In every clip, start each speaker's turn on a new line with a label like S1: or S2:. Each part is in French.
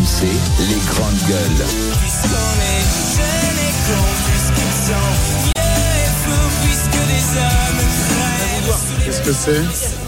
S1: RMC, les grandes gueules.
S2: Puisqu'on est jeunes et con, puisqu'il sont vieux et fous, puisque les hommes rêvent.
S3: Qu'est-ce que c'est ?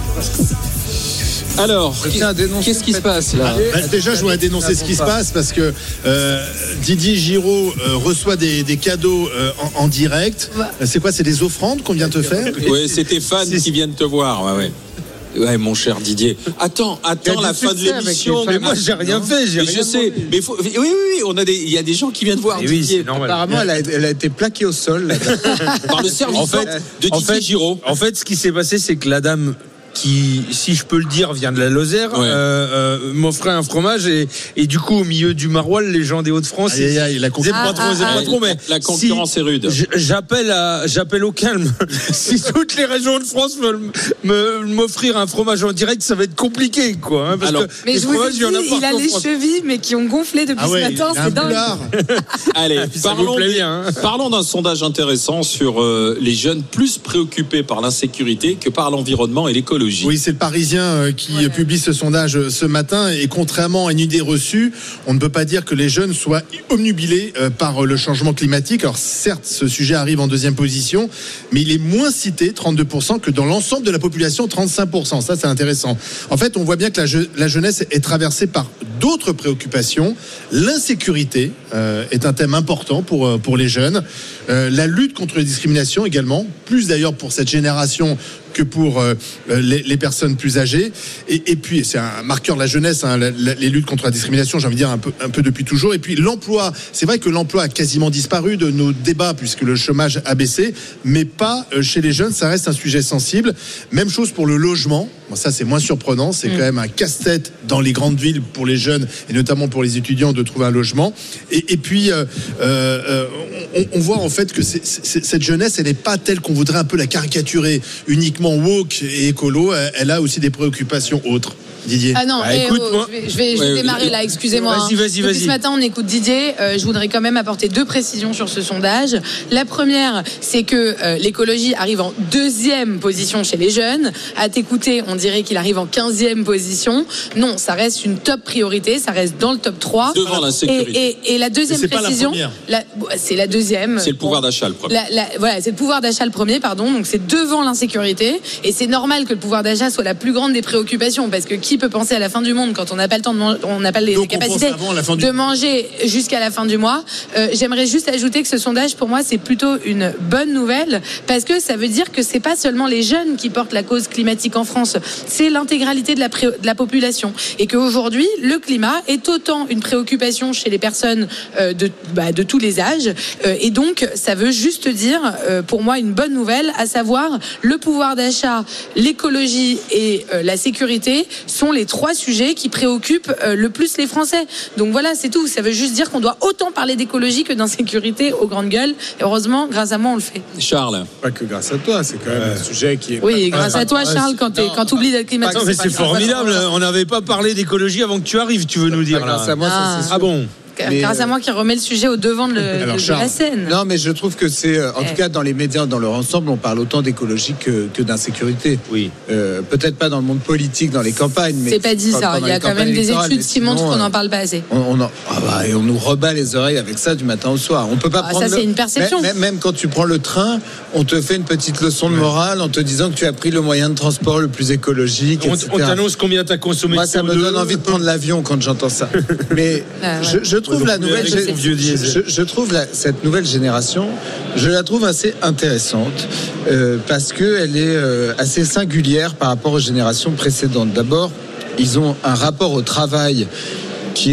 S4: Alors, qu'est-ce qui se passe là ?
S3: Déjà, je voudrais dénoncer ce qui se passe parce que Didier Giraud reçoit des cadeaux en direct. C'est quoi ? C'est des offrandes qu'on vient te faire ?
S4: Oui, c'est tes fans qui viennent te voir. Ouais, mon cher Didier. Attends la fin de l'émission.
S5: Mais moi, j'ai rien fait.
S4: Je sais. Mais oui. Il y a des gens qui viennent voir Didier.
S5: Apparemment, elle a été plaquée au sol.
S4: Par le service de Didier Giraud.
S5: En fait, ce qui s'est passé, c'est que la dame, qui, si je peux le dire, vient de la Lozère, m'offrait un fromage et du coup au milieu du maroilles, les gens des Hauts-de-France
S3: la
S4: concurrence est rude.
S5: J'appelle au calme. Si toutes les régions de France veulent m'offrir un fromage en direct, ça va être compliqué, quoi. Parce que
S6: mais je vous ai dit, il a les chevilles mais qui ont gonflé depuis ce matin, c'est dingue.
S4: Allez, parlons d'un sondage intéressant sur les jeunes plus préoccupés par l'insécurité que par l'environnement et l'écologie.
S3: Oui, c'est le Parisien qui publie ce sondage ce matin. Et contrairement à une idée reçue, on ne peut pas dire que les jeunes soient obnubilés par le changement climatique. Alors certes, ce sujet arrive en deuxième position, mais il est moins cité, 32%, que dans l'ensemble de la population, 35%. Ça, c'est intéressant. En fait, on voit bien que la jeunesse est traversée par d'autres préoccupations. L'insécurité est un thème important pour les jeunes. La lutte contre les discriminations également, plus d'ailleurs pour cette génération que pour les personnes plus âgées. Et puis, c'est un marqueur de la jeunesse, les luttes contre la discrimination, j'ai envie de dire un peu depuis toujours. Et puis, l'emploi. C'est vrai que l'emploi a quasiment disparu de nos débats puisque le chômage a baissé, mais pas chez les jeunes. Ça reste un sujet sensible. Même chose pour le logement. Bon, ça, c'est moins surprenant. C'est quand même un casse-tête dans les grandes villes pour les jeunes et notamment pour les étudiants de trouver un logement. Et puis, on voit en fait que cette jeunesse, elle n'est pas telle qu'on voudrait un peu la caricaturer uniquement woke et écolo. Elle a aussi des préoccupations autres. Didier.
S6: Ah non, je vais démarrer là, excusez-moi.
S5: Vas-y.
S6: Depuis ce matin, on écoute Didier. Je voudrais quand même apporter 2 précisions sur ce sondage. La première, c'est que l'écologie arrive en 2e position chez les jeunes. À t'écouter, on dirait qu'il arrive en 15e position. Non, ça reste une top priorité, ça reste dans le top 3.
S4: Devant l'insécurité.
S6: Et la deuxième précision, c'est la deuxième.
S4: C'est le pouvoir d'achat le premier.
S6: Voilà, c'est le pouvoir d'achat le premier, pardon. Donc c'est devant l'insécurité. Et c'est normal que le pouvoir d'achat soit la plus grande des préoccupations, parce que qui peut penser à la fin du monde quand on n'a pas le temps de manger, on n'a pas les capacités de manger jusqu'à la fin du mois. J'aimerais juste ajouter que ce sondage, pour moi, c'est plutôt une bonne nouvelle, parce que ça veut dire que c'est pas seulement les jeunes qui portent la cause climatique en France, c'est l'intégralité de la population, et qu'aujourd'hui le climat est autant une préoccupation chez les personnes de tous les âges, et donc ça veut juste dire, pour moi, une bonne nouvelle, à savoir le pouvoir d'achat, l'écologie et la sécurité sont les 3 sujets qui préoccupent le plus les Français. Donc voilà, c'est tout. Ça veut juste dire qu'on doit autant parler d'écologie que d'insécurité aux grandes gueules. Et heureusement, grâce à moi, on le fait.
S4: Charles.
S5: Pas que grâce à toi, c'est quand même un sujet qui est...
S6: Oui, grâce à toi, Charles, quand tu oublies d'être climatique.
S5: Non, mais c'est formidable. On n'avait pas parlé d'écologie avant que tu arrives, tu veux nous dire.
S7: Grâce à moi, ça, c'est sûr.
S5: Ah bon ?
S6: Grâce à moi qui remet le sujet au devant de la scène.
S7: Non, mais je trouve que c'est, en tout cas dans les médias, dans leur ensemble, on parle autant d'écologie que d'insécurité.
S5: Oui.
S7: Peut-être pas dans le monde politique, dans les campagnes. Mais
S6: c'est pas dit ça. Il y a quand même des études qui montrent qu'on n'en parle pas assez.
S7: Et on nous rebat les oreilles avec ça du matin au soir. On peut pas prendre.
S6: Ça, c'est une perception.
S7: Même quand tu prends le train, on te fait une petite leçon de morale en te disant que tu as pris le moyen de transport le plus écologique.
S5: On t'annonce combien tu as consommé.
S7: Moi, ça me donne envie de prendre l'avion quand j'entends ça. Mais je trouve la nouvelle. Je trouve cette nouvelle génération, je la trouve assez intéressante parce qu'elle est assez singulière par rapport aux générations précédentes. D'abord, ils ont un rapport au travail qui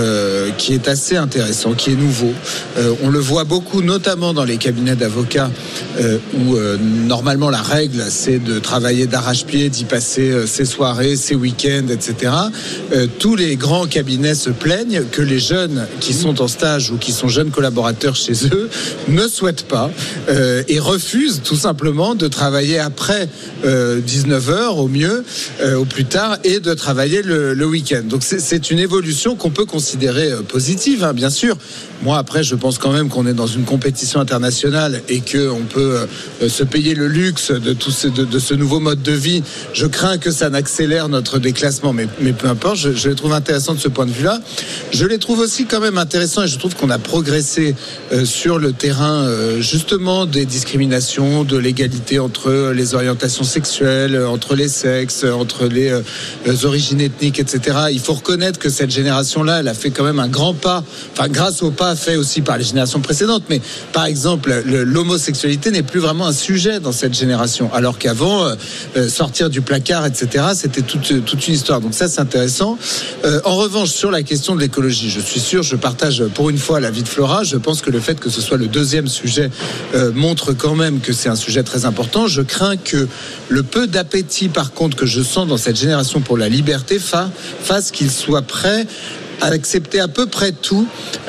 S7: est assez intéressant, qui est nouveau. On le voit beaucoup, notamment dans les cabinets d'avocats, où normalement la règle, c'est de travailler d'arrache-pied, d'y passer ses soirées, ses week-ends, etc. Tous les grands cabinets se plaignent que les jeunes qui sont en stage ou qui sont jeunes collaborateurs chez eux ne souhaitent pas et refusent tout simplement de travailler après 19h au mieux, au plus tard, et de travailler le week-end. Donc c'est une évolution génération qu'on peut considérer positive, bien sûr. Moi, après, je pense quand même qu'on est dans une compétition internationale et qu'on peut se payer le luxe de ce nouveau mode de vie. Je crains que ça n'accélère notre déclassement, mais peu importe, je les trouve intéressants de ce point de vue-là. Je les trouve aussi quand même intéressants et je trouve qu'on a progressé sur le terrain justement des discriminations, de l'égalité entre les orientations sexuelles, entre les sexes, entre les origines ethniques, etc. Il faut reconnaître que cette génération-là, elle a fait quand même un grand pas, enfin grâce au pas fait aussi par les générations précédentes, mais par exemple l'homosexualité n'est plus vraiment un sujet dans cette génération, alors qu'avant sortir du placard, etc., c'était toute une histoire. Donc ça, c'est intéressant. En revanche, sur la question de l'écologie, je suis sûr, je partage pour une fois l'avis de Flora. Je pense que le fait que ce soit le deuxième sujet montre quand même que c'est un sujet très important. Je crains que le peu d'appétit, par contre, que je sens dans cette génération pour la liberté fasse qu'ils soient prêts à accepter à peu près tout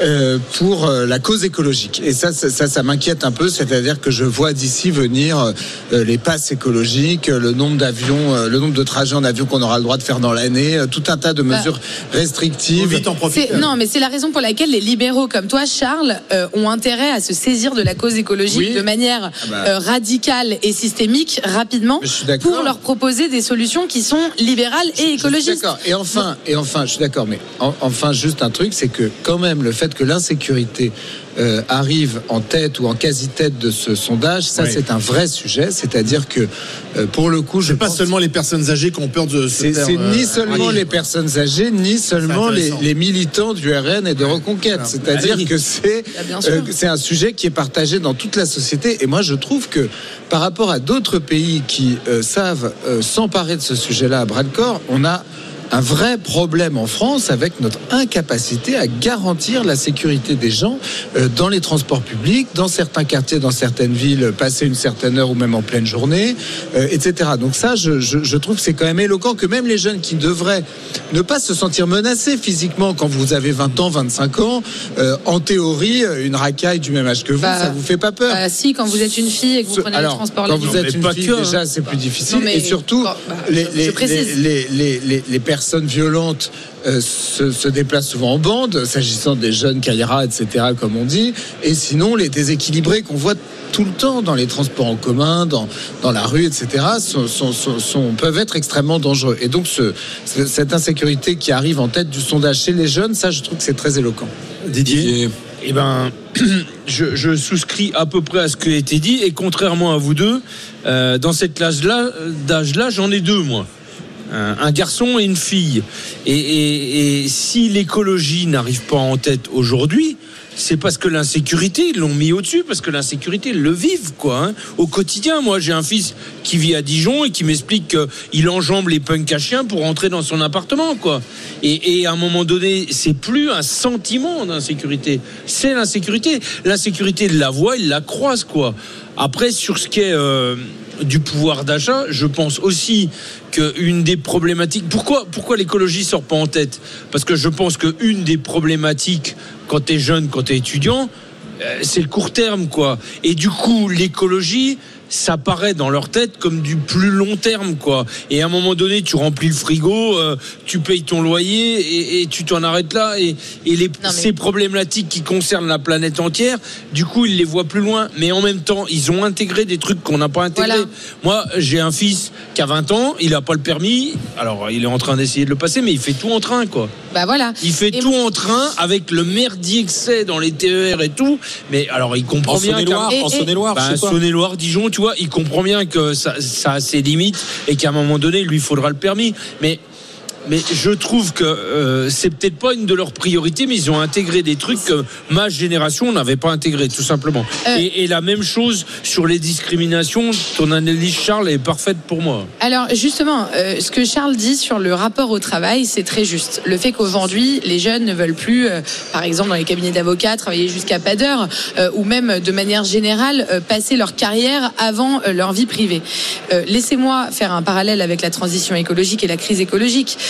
S7: pour la cause écologique. Et ça m'inquiète un peu, c'est-à-dire que je vois d'ici venir les passes écologiques, le nombre d'avions, le nombre de trajets en avion qu'on aura le droit de faire dans l'année, tout un tas de mesures restrictives.
S6: Non, mais c'est la raison pour laquelle les libéraux comme toi, Charles, ont intérêt à se saisir de la cause écologique de manière radicale et systémique, rapidement, pour leur proposer des solutions qui sont libérales et écologistes.
S7: D'accord. Et enfin, je suis d'accord, mais enfin, juste un truc, c'est que quand même le fait que l'insécurité arrive en tête ou en quasi-tête de ce sondage, c'est un vrai sujet. C'est-à-dire que pour le coup,
S3: pas seulement les personnes âgées qui ont peur de se faire.
S7: C'est ni seulement les personnes âgées, ni seulement les militants du RN et de Reconquête. C'est-à-dire que c'est un sujet qui est partagé dans toute la société. Et moi, je trouve que par rapport à d'autres pays qui savent s'emparer de ce sujet-là à bras-le-corps, on a un vrai problème en France avec notre incapacité à garantir la sécurité des gens dans les transports publics, dans certains quartiers, dans certaines villes, passer une certaine heure ou même en pleine journée, etc. Donc ça, je trouve que c'est quand même éloquent que même les jeunes qui devraient ne pas se sentir menacés physiquement quand vous avez 20 ans, 25 ans, en théorie, une racaille du même âge que vous, ça vous fait pas peur.
S6: Si, quand vous êtes une fille et que vous prenez les transports
S7: quand vous êtes une fille, déjà, c'est plus difficile. Non, et surtout, les personnes violentes se déplacent souvent en bande, s'agissant des jeunes caïras, etc., comme on dit, et sinon les déséquilibrés qu'on voit tout le temps dans les transports en commun, dans la rue, etc., peuvent être extrêmement dangereux. Et donc cette insécurité qui arrive en tête du sondage chez les jeunes, ça, je trouve que c'est très éloquent.
S3: Didier ?
S5: Eh ben, je souscris à peu près à ce qui a été dit, et contrairement à vous deux, dans cette classe d'âge-là, j'en ai deux, moi. Un garçon et une fille. Et si l'écologie n'arrive pas en tête aujourd'hui, c'est parce que l'insécurité, ils l'ont mis au-dessus, parce que l'insécurité, ils le vivent, quoi, au quotidien. Moi, j'ai un fils qui vit à Dijon et qui m'explique qu'il enjambe les punks à chiens pour rentrer dans son appartement, quoi. Et à un moment donné, c'est plus un sentiment d'insécurité, c'est l'insécurité. L'insécurité, il la voit, il la croise, quoi. Après, sur ce qui est du pouvoir d'achat, je pense aussi qu'une des problématiques... Pourquoi l'écologie sort pas en tête ? Parce que je pense qu'une des problématiques, quand t'es jeune, quand t'es étudiant, c'est le court terme, quoi. Et du coup, l'écologie, ça paraît dans leur tête comme du plus long terme, quoi. Et à un moment donné, tu remplis le frigo, tu payes ton loyer et tu t'en arrêtes là. Ces problématiques qui concernent la planète entière, du coup, ils les voient plus loin. Mais en même temps, ils ont intégré des trucs qu'on n'a pas intégrés. Voilà. Moi, j'ai un fils qui a 20 ans, il n'a pas le permis. Alors, il est en train d'essayer de le passer, mais il fait tout en train, quoi.
S6: Bah voilà.
S5: Il fait tout en train avec le merdier que c'est dans les TER et tout. Mais alors, il comprend bien.
S4: En Saône-et-Loire,
S5: Saône-et-Loire, Dijon, tu vois, il comprend bien que ça a ses limites et qu'à un moment donné, lui, il faudra le permis. Mais je trouve que c'est peut-être pas une de leurs priorités, mais ils ont intégré des trucs que ma génération n'avait pas intégré, tout simplement. Et la même chose sur les discriminations. Ton analyse, Charles, est parfaite pour moi.
S6: Alors justement, ce que Charles dit sur le rapport au travail, c'est très juste. Le fait qu'aujourd'hui, les jeunes ne veulent plus, par exemple dans les cabinets d'avocats, travailler jusqu'à pas d'heure, ou même de manière générale, passer leur carrière avant leur vie privée. Laissez-moi faire un parallèle avec la transition écologique et la crise écologique.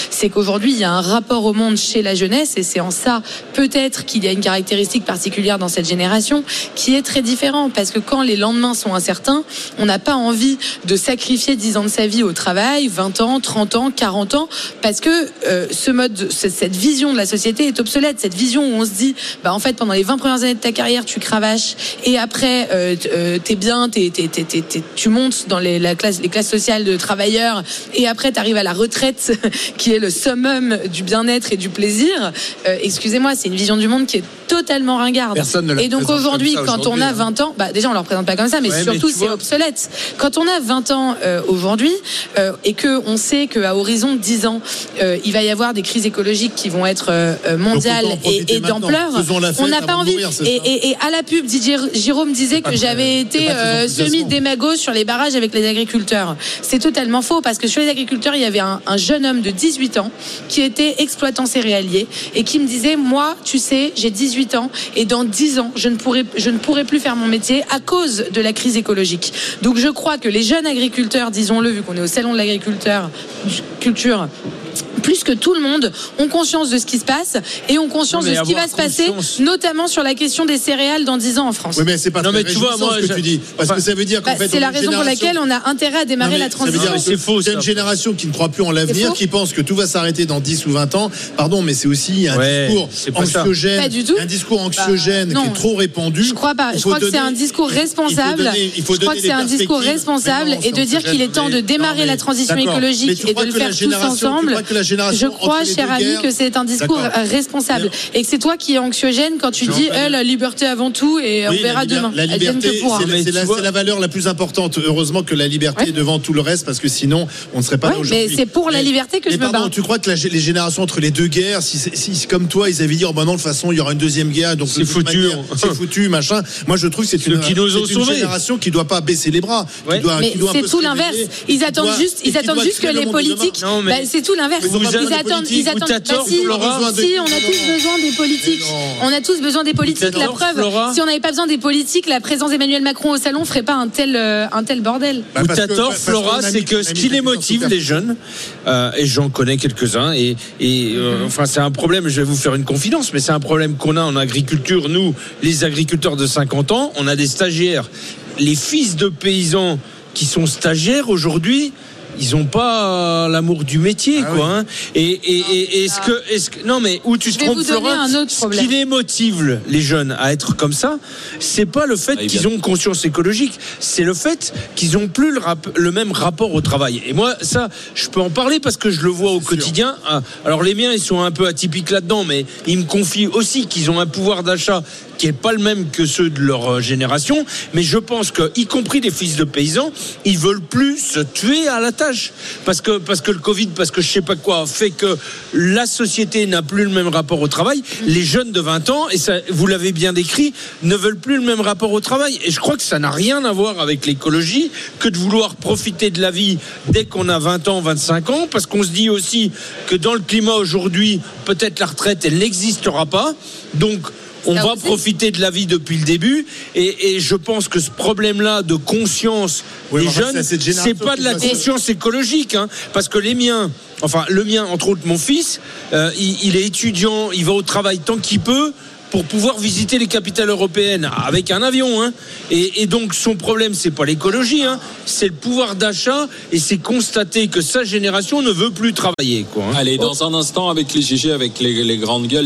S6: c'est qu'aujourd'hui, il y a un rapport au monde chez la jeunesse, et c'est en ça, peut-être, qu'il y a une caractéristique particulière dans cette génération qui est très différente, parce que quand les lendemains sont incertains, on n'a pas envie de sacrifier 10 ans de sa vie au travail, 20 ans, 30 ans, 40 ans, parce que cette vision de la société est obsolète, cette vision où on se dit, en fait, pendant les 20 premières années de ta carrière, tu cravaches, et après, t'es bien, tu montes dans les classes sociales de travailleurs, et après, t'arrives à la retraite, qui est le summum du bien-être et du plaisir. Excusez-moi, c'est une vision du monde qui est totalement ringarde. Et donc aujourd'hui, quand on a 20 ans, déjà on ne leur présente pas comme ça, mais surtout c'est obsolète. Quand on a 20 ans aujourd'hui, et qu'on sait qu'à horizon de 10 ans, il va y avoir des crises écologiques qui vont être mondiales et d'ampleur, on n'a pas envie. Et à la pub, Didier Jérôme disait que j'avais été semi-démago sur les barrages avec les agriculteurs. C'est totalement faux, parce que sur les agriculteurs, il y avait un jeune homme de 18 ans qui était exploitant céréalier et qui me disait, moi, tu sais, j'ai 18 ans et dans 10 ans, je ne pourrai plus faire mon métier à cause de la crise écologique. Donc je crois que les jeunes agriculteurs, disons-le, vu qu'on est au salon de l'agriculture, plus que tout le monde, ont conscience de ce qui se passe et ont conscience de ce qui va se passer, notamment sur la question des céréales dans 10 ans en France.
S3: Oui, mais c'est pas très réjouissant ce que tu dis. Parce que ça veut dire qu'en fait,
S6: c'est la raison pour laquelle on a intérêt à démarrer la transition.
S3: C'est faux. C'est une génération qui ne croit plus en l'avenir, qui pense que tout va s'arrêter dans 10 ou 20 ans. Pardon, mais c'est aussi un discours anxiogène.
S6: Pas du tout.
S3: Un discours anxiogène qui est trop répandu.
S6: Je crois pas. Je crois que c'est un discours responsable. Je crois que c'est un discours responsable, et de dire qu'il est temps de démarrer la transition écologique et de le faire tous ensemble. Je crois, cher ami, que c'est un discours responsable, et que c'est toi qui es anxiogène quand tu dis la liberté avant tout, et on verra demain.
S3: La liberté, c'est la valeur la plus importante. Heureusement que la liberté est devant tout le reste, parce que sinon on ne serait pas là aujourd'hui.
S6: Mais c'est pour la liberté que je me bats.
S3: Tu crois que les générations entre les deux guerres, si comme toi ils avaient dit non, de toute façon il y aura une deuxième guerre, donc
S5: c'est foutu,
S3: machin. Moi je trouve que c'est une génération qui doit pas baisser les bras.
S6: Mais c'est tout l'inverse. Ils attendent juste que les politiques. C'est tout l'inverse. Ils attendent. Si, on a tous besoin des politiques. On a tous besoin des politiques. La preuve, si on n'avait pas besoin des politiques, la présence d'Emmanuel Macron au salon ferait pas un tel bordel.
S5: Où t'as tort, Flora, c'est que ce qui les motive, les jeunes, et j'en connais quelques-uns, enfin c'est un problème. Je vais vous faire une confidence, mais c'est un problème qu'on a en agriculture. Nous, les agriculteurs de 50 ans, on a des stagiaires. Les fils de paysans qui sont stagiaires aujourd'hui, ils n'ont pas l'amour du métier, quoi. Oui. Non, mais où tu te trompes, Florent, ce qui les motive, les jeunes, à être comme ça, c'est pas le fait qu'ils ont conscience écologique, c'est le fait qu'ils n'ont plus le même rapport au travail. Et moi, ça, je peux en parler parce que je le vois au quotidien. Alors, les miens, ils sont un peu atypiques là-dedans, mais ils me confient aussi qu'ils ont un pouvoir d'achat qui n'est pas le même que ceux de leur génération, mais je pense que, y compris les fils de paysans, ils veulent plus se tuer à la tâche, parce que le Covid, parce que je sais pas quoi, fait que la société n'a plus le même rapport au travail. Les jeunes de 20 ans, et ça, vous l'avez bien décrit, ne veulent plus le même rapport au travail, et je crois que ça n'a rien à voir avec l'écologie que de vouloir profiter de la vie dès qu'on a 20 ans, 25 ans, parce qu'on se dit aussi que dans le climat aujourd'hui, peut-être la retraite, elle n'existera pas, donc on va profiter de la vie depuis le début, et je pense que ce problème-là de conscience des jeunes, c'est pas de la conscience écologique, parce que les miens, enfin le mien, entre autres mon fils, il est étudiant, il va au travail tant qu'il peut pour pouvoir visiter les capitales européennes avec un avion, et donc son problème, c'est pas l'écologie, c'est le pouvoir d'achat, et c'est constater que sa génération ne veut plus travailler, quoi.
S4: Allez, dans un instant avec les GG, avec les grandes gueules.